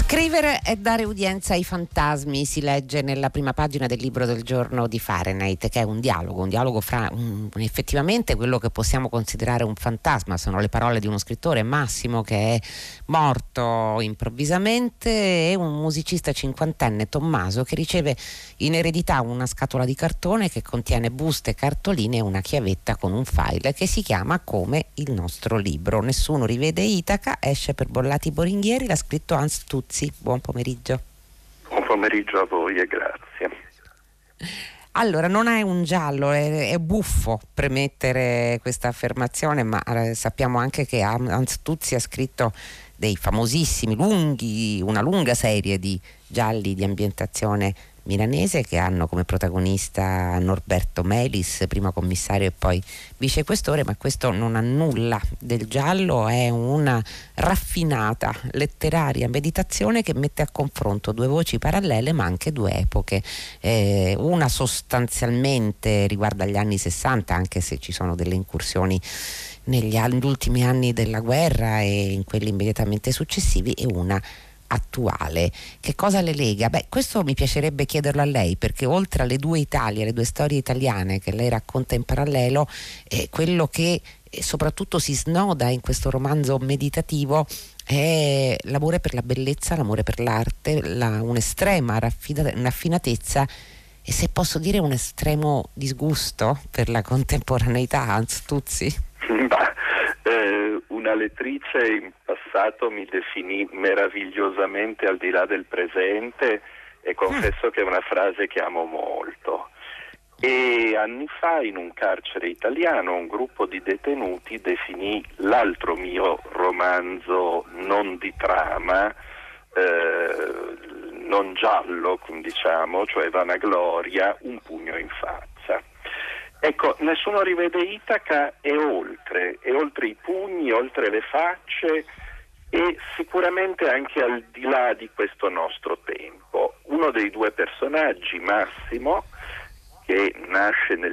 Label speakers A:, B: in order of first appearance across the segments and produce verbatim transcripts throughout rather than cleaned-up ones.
A: Scrivere e dare udienza ai fantasmi, si legge nella prima pagina del libro del giorno di Fahrenheit, che è un dialogo, un dialogo fra um, effettivamente quello che possiamo considerare un fantasma. Sono le parole di uno scrittore, Massimo, che è morto improvvisamente, e un musicista cinquantenne, Tommaso, che riceve in eredità una scatola di cartone che contiene buste, cartoline e una chiavetta con un file che si chiama come il nostro libro. Nessuno rivede Itaca, esce per Bollati Boringhieri, l'ha scritto Hans Tuzzi. Buon pomeriggio.
B: Buon pomeriggio a voi e grazie.
A: Allora, non è un giallo, è, è buffo premettere questa affermazione, ma eh, sappiamo anche che Hans Tuzzi ha scritto dei famosissimi, lunghi, una lunga serie di gialli di ambientazione milanese che hanno come protagonista Norberto Melis, prima commissario e poi vicequestore, ma questo non ha nulla del giallo, è una raffinata letteraria meditazione che mette a confronto due voci parallele ma anche due epoche, eh, una sostanzialmente riguarda gli anni sessanta, anche se ci sono delle incursioni negli, negli ultimi anni della guerra e in quelli immediatamente successivi, e una attuale. Che cosa le lega? Beh, questo mi piacerebbe chiederlo a lei, perché oltre alle due Italie, le due storie italiane che lei racconta in parallelo, eh, quello che eh, soprattutto si snoda in questo romanzo meditativo è l'amore per la bellezza, l'amore per l'arte, la, un'estrema raffina, raffinatezza e, se posso dire, un estremo disgusto per la contemporaneità. Hans Tuzzi?
B: Bah, eh, una lettrice in passato mi definì meravigliosamente al di là del presente, e confesso mm. che è una frase che amo molto. E anni fa, in un carcere italiano, un gruppo di detenuti definì l'altro mio romanzo non di trama, eh, non giallo, diciamo, cioè Vanagloria, un pugno in faccia. Ecco, Nessuno rivede Itaca è oltre, è oltre i pugni, oltre le facce, e sicuramente anche al di là di questo nostro tempo. Uno dei due personaggi, Massimo, che nasce nel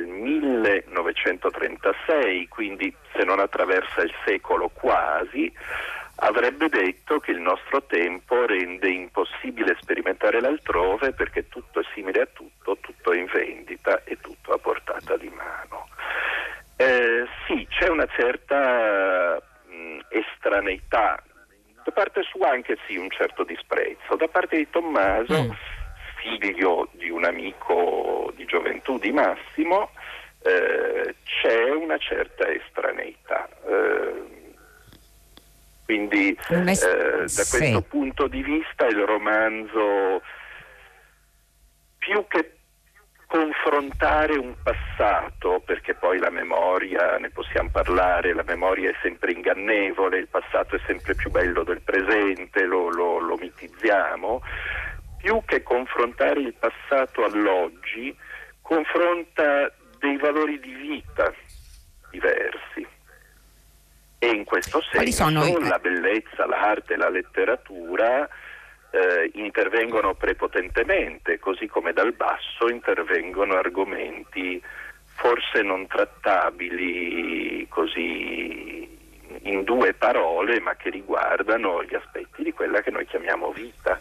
B: millenovecentotrentasei, quindi se non attraversa il secolo quasi, avrebbe detto che il nostro tempo rende impossibile sperimentare l'altrove, perché tutto è simile a tutto, tutto è in vendita e tutto a portata di mano. Eh, sì, c'è una certa mh, estraneità, da parte sua anche sì un certo disprezzo, da parte di Tommaso, mm. figlio di un amico di gioventù di Massimo, eh, c'è una certa estraneità. Eh, Quindi eh, da questo sì. punto di vista il romanzo, più che confrontare un passato, perché poi la memoria, ne possiamo parlare, la memoria è sempre ingannevole, il passato è sempre più bello del presente, lo, lo, lo mitizziamo, più che confrontare il passato all'oggi, confronta dei valori di vita diversi. E in questo senso la bellezza, l'arte, la letteratura eh, intervengono prepotentemente, così come dal basso intervengono argomenti forse non trattabili così in due parole, ma che riguardano gli aspetti di quella che noi chiamiamo vita.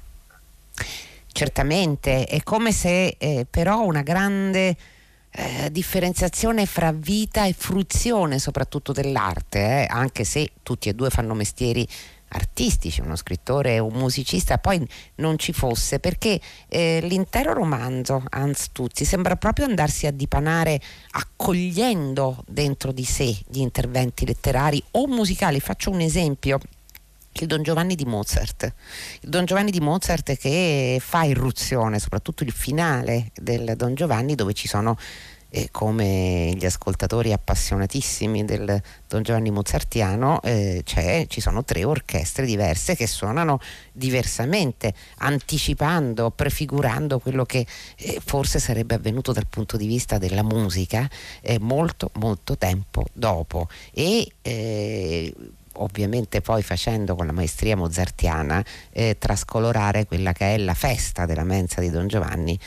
A: Certamente, è come se eh, però una grande Eh, differenziazione fra vita e fruizione soprattutto dell'arte, eh, anche se tutti e due fanno mestieri artistici, uno scrittore e un musicista, poi non ci fosse, perché eh, l'intero romanzo, Hans Tuzzi, sembra proprio andarsi a dipanare accogliendo dentro di sé gli interventi letterari o musicali. Faccio un esempio: il Don Giovanni di Mozart, il Don Giovanni di Mozart che fa irruzione, soprattutto il finale del Don Giovanni, dove ci sono, eh, come gli ascoltatori appassionatissimi del Don Giovanni mozartiano, eh, c'è, ci sono tre orchestre diverse che suonano diversamente, anticipando, prefigurando quello che eh, forse sarebbe avvenuto dal punto di vista della musica eh, molto molto tempo dopo. E eh, ovviamente poi facendo con la maestria mozartiana eh, trascolorare quella che è la festa della mensa di Don Giovanni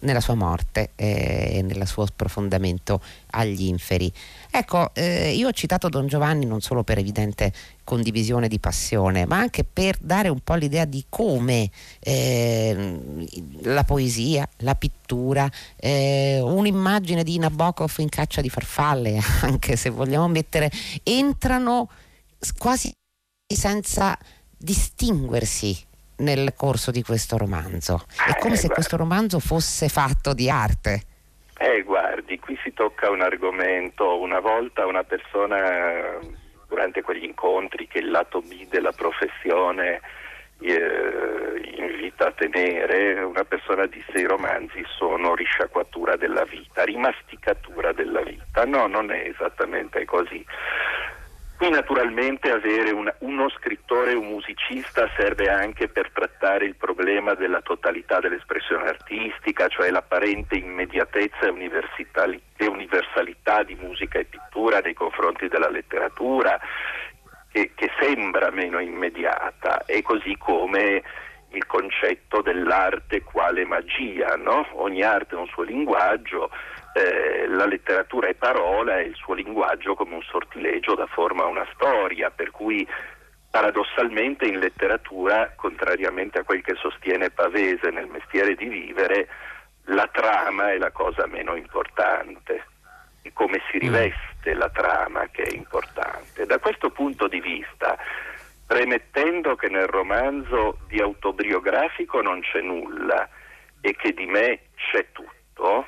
A: nella sua morte e nel suo sprofondamento agli inferi. Ecco, eh, io ho citato Don Giovanni non solo per evidente condivisione di passione, ma anche per dare un po' l'idea di come eh, la poesia, la pittura, eh, un'immagine di Nabokov in caccia di farfalle, anche se vogliamo mettere, entrano quasi senza distinguersi nel corso di questo romanzo. È come
B: eh,
A: se
B: guarda.
A: questo romanzo fosse fatto di arte.
B: Eh, guardi, qui si tocca un argomento. Una volta una persona, durante quegli incontri che il lato B della professione eh, invita a tenere, una persona disse: i romanzi sono risciacquatura della vita, rimasticatura della vita. No, non è esattamente così. Qui naturalmente avere un, uno scrittore, un musicista serve anche per trattare il problema della totalità dell'espressione artistica, cioè l'apparente immediatezza e universalità di musica e pittura nei confronti della letteratura, che, che sembra meno immediata, e così come il concetto dell'arte quale magia, no? Ogni arte ha un suo linguaggio. Eh, la letteratura è parola e il suo linguaggio come un sortilegio dà forma a una storia, per cui paradossalmente in letteratura, contrariamente a quel che sostiene Pavese nel Mestiere di vivere, la trama è la cosa meno importante, e come si riveste la trama che è importante. Da questo punto di vista, premettendo che nel romanzo di autobiografico non c'è nulla e che di me c'è tutto,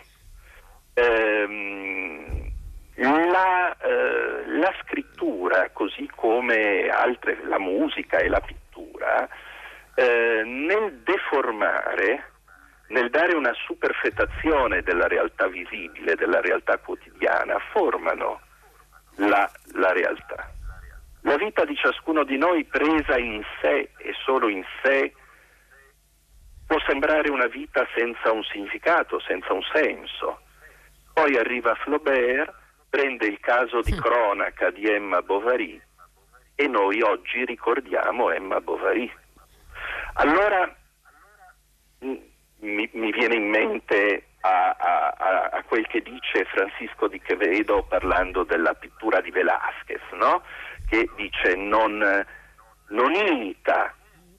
B: Ehm, la, eh, la scrittura, così come altre, la musica e la pittura, eh, nel deformare, nel dare una superfetazione della realtà visibile, della realtà quotidiana, formano la, la realtà. La vita di ciascuno di noi presa in sé e solo in sé può sembrare una vita senza un significato, senza un senso. Poi arriva Flaubert, prende il caso di cronaca di Emma Bovary e noi oggi ricordiamo Emma Bovary. Allora mi, mi viene in mente a, a, a quel che dice Francisco di Quevedo parlando della pittura di Velázquez, no? Che dice non, non imita,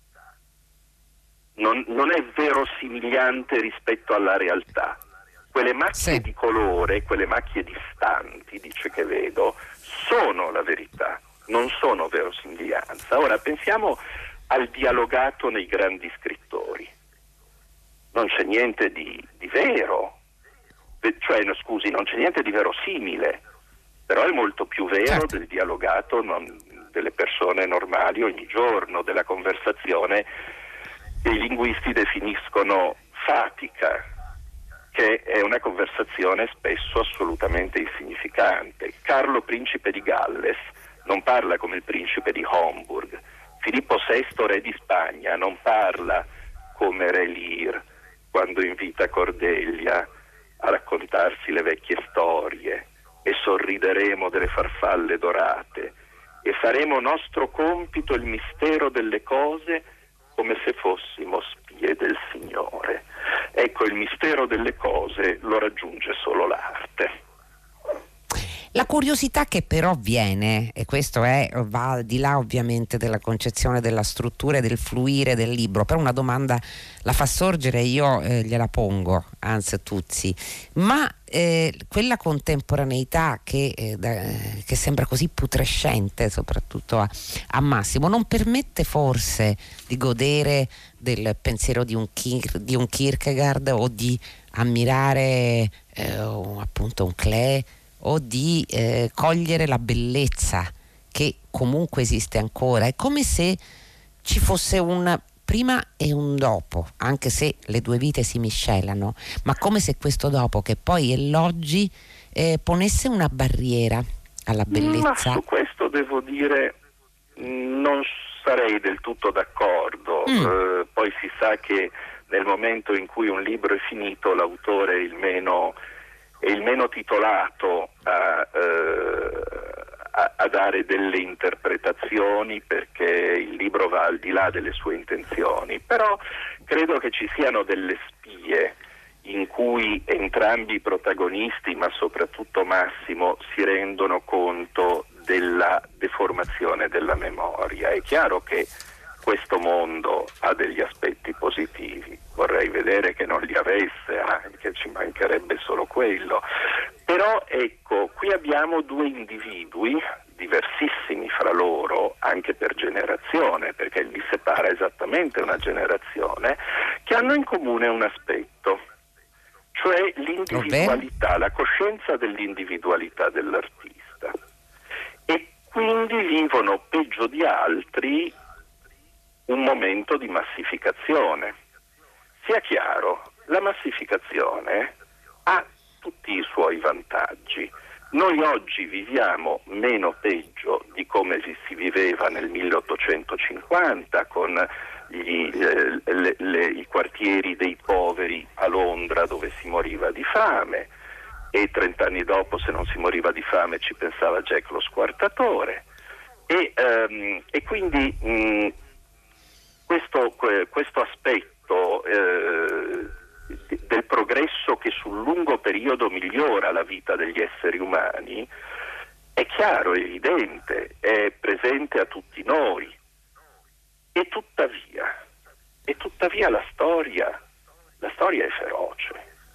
B: non, non è verosimigliante rispetto alla realtà. Quelle macchie
A: sì.
B: di colore, quelle macchie distanti, dice Quevedo, sono la verità, non sono verosimiglianza. Ora pensiamo al dialogato nei grandi scrittori. Non c'è niente di, di vero, cioè no, scusi, non c'è niente di verosimile, però è molto più vero certo. del dialogato non, delle persone normali ogni giorno, della conversazione che i linguisti definiscono fatica, che è una conversazione spesso assolutamente insignificante. Carlo principe di Galles non parla come il principe di Homburg, Filippo sesto re di Spagna non parla come re Lear quando invita Cordelia a raccontarsi le vecchie storie, e sorrideremo delle farfalle dorate e faremo nostro compito il mistero delle cose come se fossimo spie del Signore. Ecco, il mistero delle cose lo raggiunge solo l'arte.
A: La curiosità che però viene, e questo è, va al di là ovviamente della concezione della struttura e del fluire del libro, però una domanda la fa sorgere, io eh, gliela pongo, anzi Tuzzi, ma eh, quella contemporaneità che, eh, da, che sembra così putrescente, soprattutto a, a Massimo, non permette forse di godere del pensiero di un, Kir, di un Kierkegaard, o di ammirare eh, appunto un Klee, o di eh, cogliere la bellezza che comunque esiste ancora? È come se ci fosse un prima e un dopo, anche se le due vite si miscelano, ma come se questo dopo, che poi è l'oggi, eh, ponesse una barriera alla bellezza.
B: Ma su questo devo dire non sarei del tutto d'accordo. Mm. Eh, poi si sa che nel momento in cui un libro è finito, l'autore è il meno è il meno titolato a, eh, a, a dare delle interpretazioni, perché il libro va al di là delle sue intenzioni. Però credo che ci siano delle spie in cui entrambi i protagonisti, ma soprattutto Massimo, si rendono conto della deformazione della memoria. È chiaro che questo mondo ha degli aspetti positivi, vorrei vedere che non li avesse, anche ci mancherebbe solo quello, però ecco, qui abbiamo due individui diversissimi fra loro, anche per generazione, perché li separa esattamente una generazione, che hanno in comune un aspetto, cioè l'individualità, la coscienza dell'individualità dell'artista, e quindi vivono peggio di altri un momento di massificazione. Sia chiaro, la massificazione ha tutti i suoi vantaggi. Noi oggi viviamo meno peggio di come si viveva nel milleottocentocinquanta con gli, eh, le, le, i quartieri dei poveri a Londra dove si moriva di fame, e trent'anni dopo, se non si moriva di fame, ci pensava Jack lo squartatore, e, ehm, e quindi mh, questo, questo aspetto eh, del progresso che sul lungo periodo migliora la vita degli esseri umani è chiaro, è evidente, è presente a tutti noi, e tuttavia, e tuttavia la storia, la storia è feroce,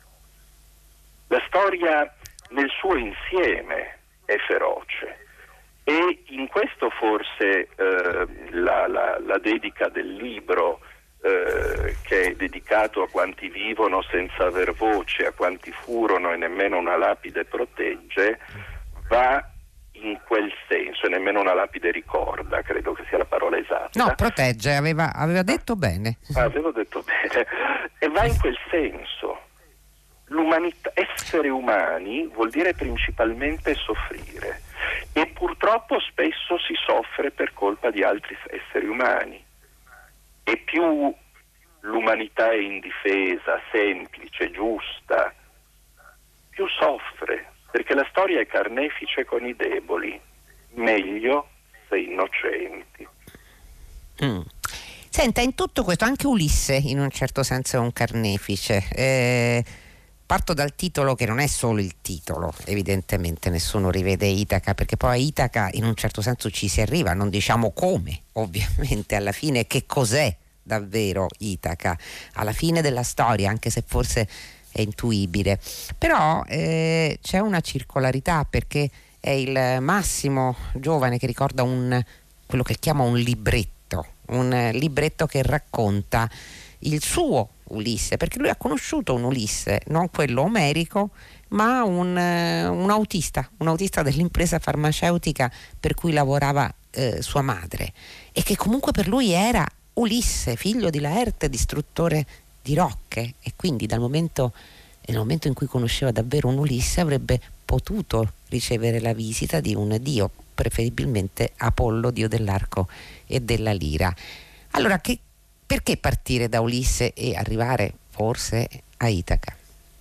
B: la storia nel suo insieme è feroce, e in questo forse eh, la, la, la dedica del libro, Eh, che è dedicato a quanti vivono senza aver voce, a quanti furono e nemmeno una lapide protegge, va in quel senso, e nemmeno una lapide ricorda, credo che sia la parola esatta.
A: No, protegge, aveva, aveva detto bene.
B: Ah, avevo detto bene. E va in quel senso. L'umanità, essere umani vuol dire principalmente soffrire, e purtroppo spesso si soffre per colpa di altri esseri umani. E più l'umanità è indifesa, semplice, giusta, più soffre, perché la storia è carnefice con i deboli, meglio se innocenti.
A: Mm. Senta, in tutto questo anche Ulisse in un certo senso è un carnefice. Eh, parto dal titolo, che non è solo il titolo, evidentemente nessuno rivede Itaca, perché poi a Itaca in un certo senso ci si arriva, non diciamo come, ovviamente alla fine che cos'è davvero Itaca, alla fine della storia, anche se forse è intuibile, però eh, c'è una circolarità, perché è il Massimo giovane che ricorda un, quello che chiama un libretto, un libretto che racconta il suo Ulisse, perché lui ha conosciuto un Ulisse, non quello omerico, ma un, un autista, un autista dell'impresa farmaceutica per cui lavorava eh, sua madre, e che comunque per lui era Ulisse, figlio di Laerte, distruttore di rocche, e quindi dal momento, nel momento in cui conosceva davvero un Ulisse, avrebbe potuto ricevere la visita di un dio, preferibilmente Apollo, dio dell'arco e della lira. Allora, che perché partire da Ulisse e arrivare forse a Itaca?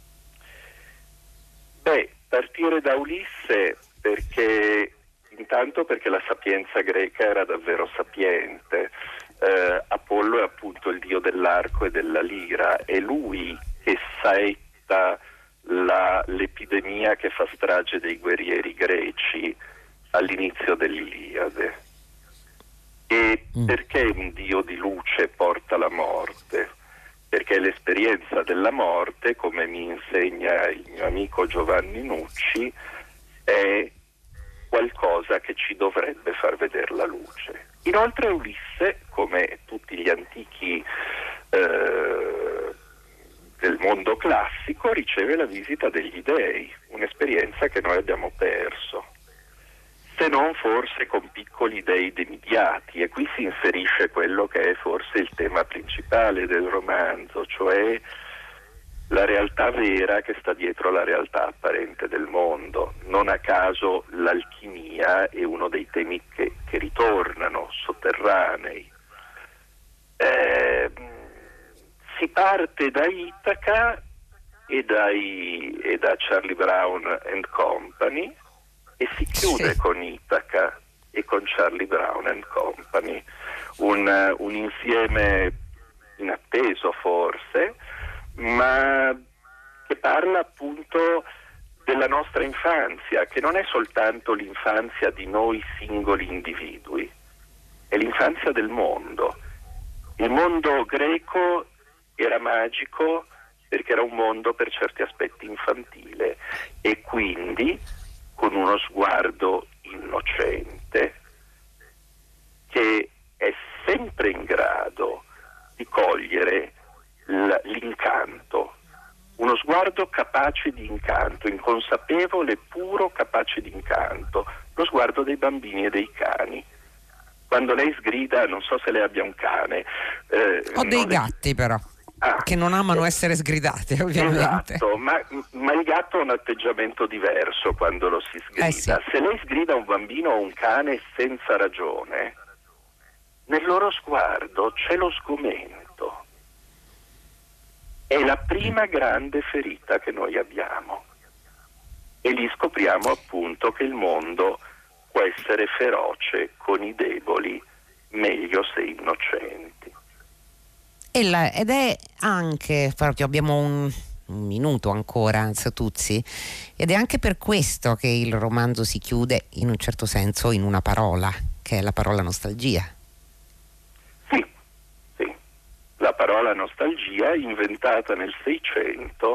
B: Beh, partire da Ulisse perché intanto perché la sapienza greca era davvero sapiente. Eh, Apollo è appunto il dio dell'arco e della lira, è lui che saetta la, l'epidemia che fa strage dei guerrieri greci all'inizio dell'Iliade. E perché un dio di luce porta la morte? Perché l'esperienza della morte, come mi insegna il mio amico Giovanni Nucci, è qualcosa che ci dovrebbe far vedere la luce. Inoltre Ulisse, come tutti gli antichi eh, del mondo classico, riceve la visita degli dei, un'esperienza che noi abbiamo perso, se non forse con piccoli dei demidiati, e qui si inserisce quello che è forse il tema principale del romanzo, cioè la realtà vera che sta dietro la realtà apparente del mondo. Non a caso l'alchimia è uno dei temi che, che ritornano, sotterranei. Eh, si parte da Itaca e, dai, e da Charlie Brown and Company, e si chiude sì. con Itaca e con Charlie Brown and Company, un, un insieme inatteso forse, ma che parla appunto della nostra infanzia, che non è soltanto l'infanzia di noi singoli individui, è l'infanzia del mondo. Il mondo greco era magico perché era un mondo per certi aspetti infantile e quindi con uno sguardo innocente che è sempre in grado di cogliere l- l'incanto, uno sguardo capace di incanto, inconsapevole, puro, capace di incanto, lo sguardo dei bambini e dei cani. Quando lei sgrida, non so se lei abbia un cane.
A: Eh, Ho dei gatti le... però, ah, che non amano eh, essere sgridati, ovviamente.
B: Esatto, ma, ma il gatto ha un atteggiamento diverso quando lo si sgrida. Eh sì. Se lei sgrida un bambino o un cane senza ragione, nel loro sguardo c'è lo sgomento. È la prima grande ferita che noi abbiamo. E lì scopriamo appunto che il mondo può essere feroce con i deboli, meglio se innocenti.
A: E la, ed è anche, proprio abbiamo un, un minuto ancora, Satuzzi, ed è anche per questo che il romanzo si chiude in un certo senso in una parola, che è la parola nostalgia.
B: Sì, sì. La parola nostalgia, inventata nel Seicento,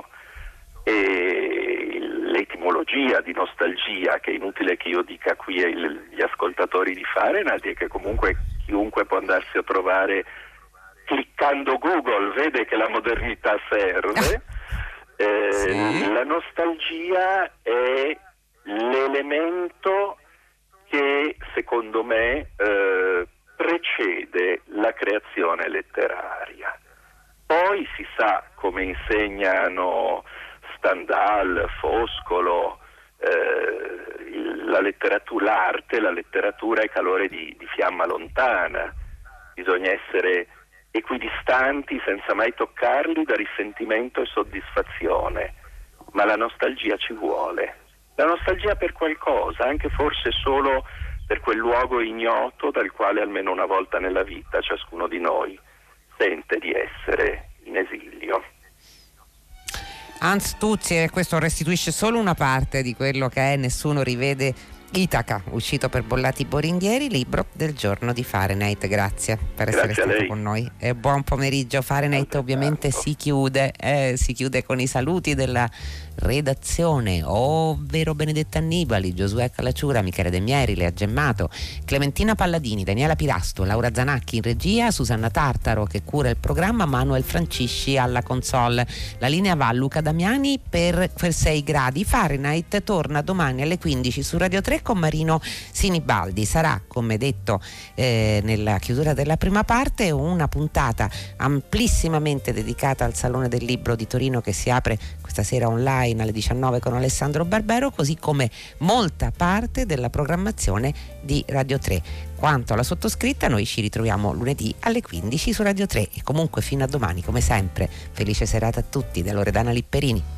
B: e l'etimologia di nostalgia, che è inutile che io dica qui agli ascoltatori di Fahrenheit, e che comunque chiunque può andarsi a trovare cliccando Google, vede che la modernità serve. eh, sì. La nostalgia è l'elemento che secondo me eh, precede la creazione letteraria. Poi si sa, come insegnano Stendhal, Foscolo, eh, la letteratura, l'arte, la letteratura è calore di, di fiamma lontana, bisogna essere equidistanti senza mai toccarli da risentimento e soddisfazione, ma la nostalgia ci vuole, la nostalgia per qualcosa, anche forse solo per quel luogo ignoto dal quale almeno una volta nella vita ciascuno di noi sente di essere in esilio.
A: Hans Tuzzi, questo restituisce solo una parte di quello che è Nessuno rivede Itaca, uscito per Bollati Boringhieri, libro del giorno di Fahrenheit. Grazie per essere
B: Grazie
A: stato con noi e buon pomeriggio. Fahrenheit ovviamente si chiude, eh, si chiude con i saluti della redazione, ovvero Benedetta Annibali, Giosuè Calacciura, Michele De Mieri, Lea Gemmato, Clementina Palladini, Daniela Pirasto, Laura Zanacchi in regia, Susanna Tartaro che cura il programma, Manuel Francisci alla console. La linea va a Luca Damiani per, per sei gradi. Fahrenheit torna domani alle quindici su Radio tre con Marino Sinibaldi. Sarà, come detto eh, nella chiusura della prima parte, una puntata amplissimamente dedicata al Salone del Libro di Torino che si apre questa sera online alle diciannove con Alessandro Barbero, così come molta parte della programmazione di Radio tre. Quanto alla sottoscritta, noi ci ritroviamo lunedì alle quindici su Radio tre e comunque fino a domani, come sempre. Felice serata a tutti da Loredana Lipperini.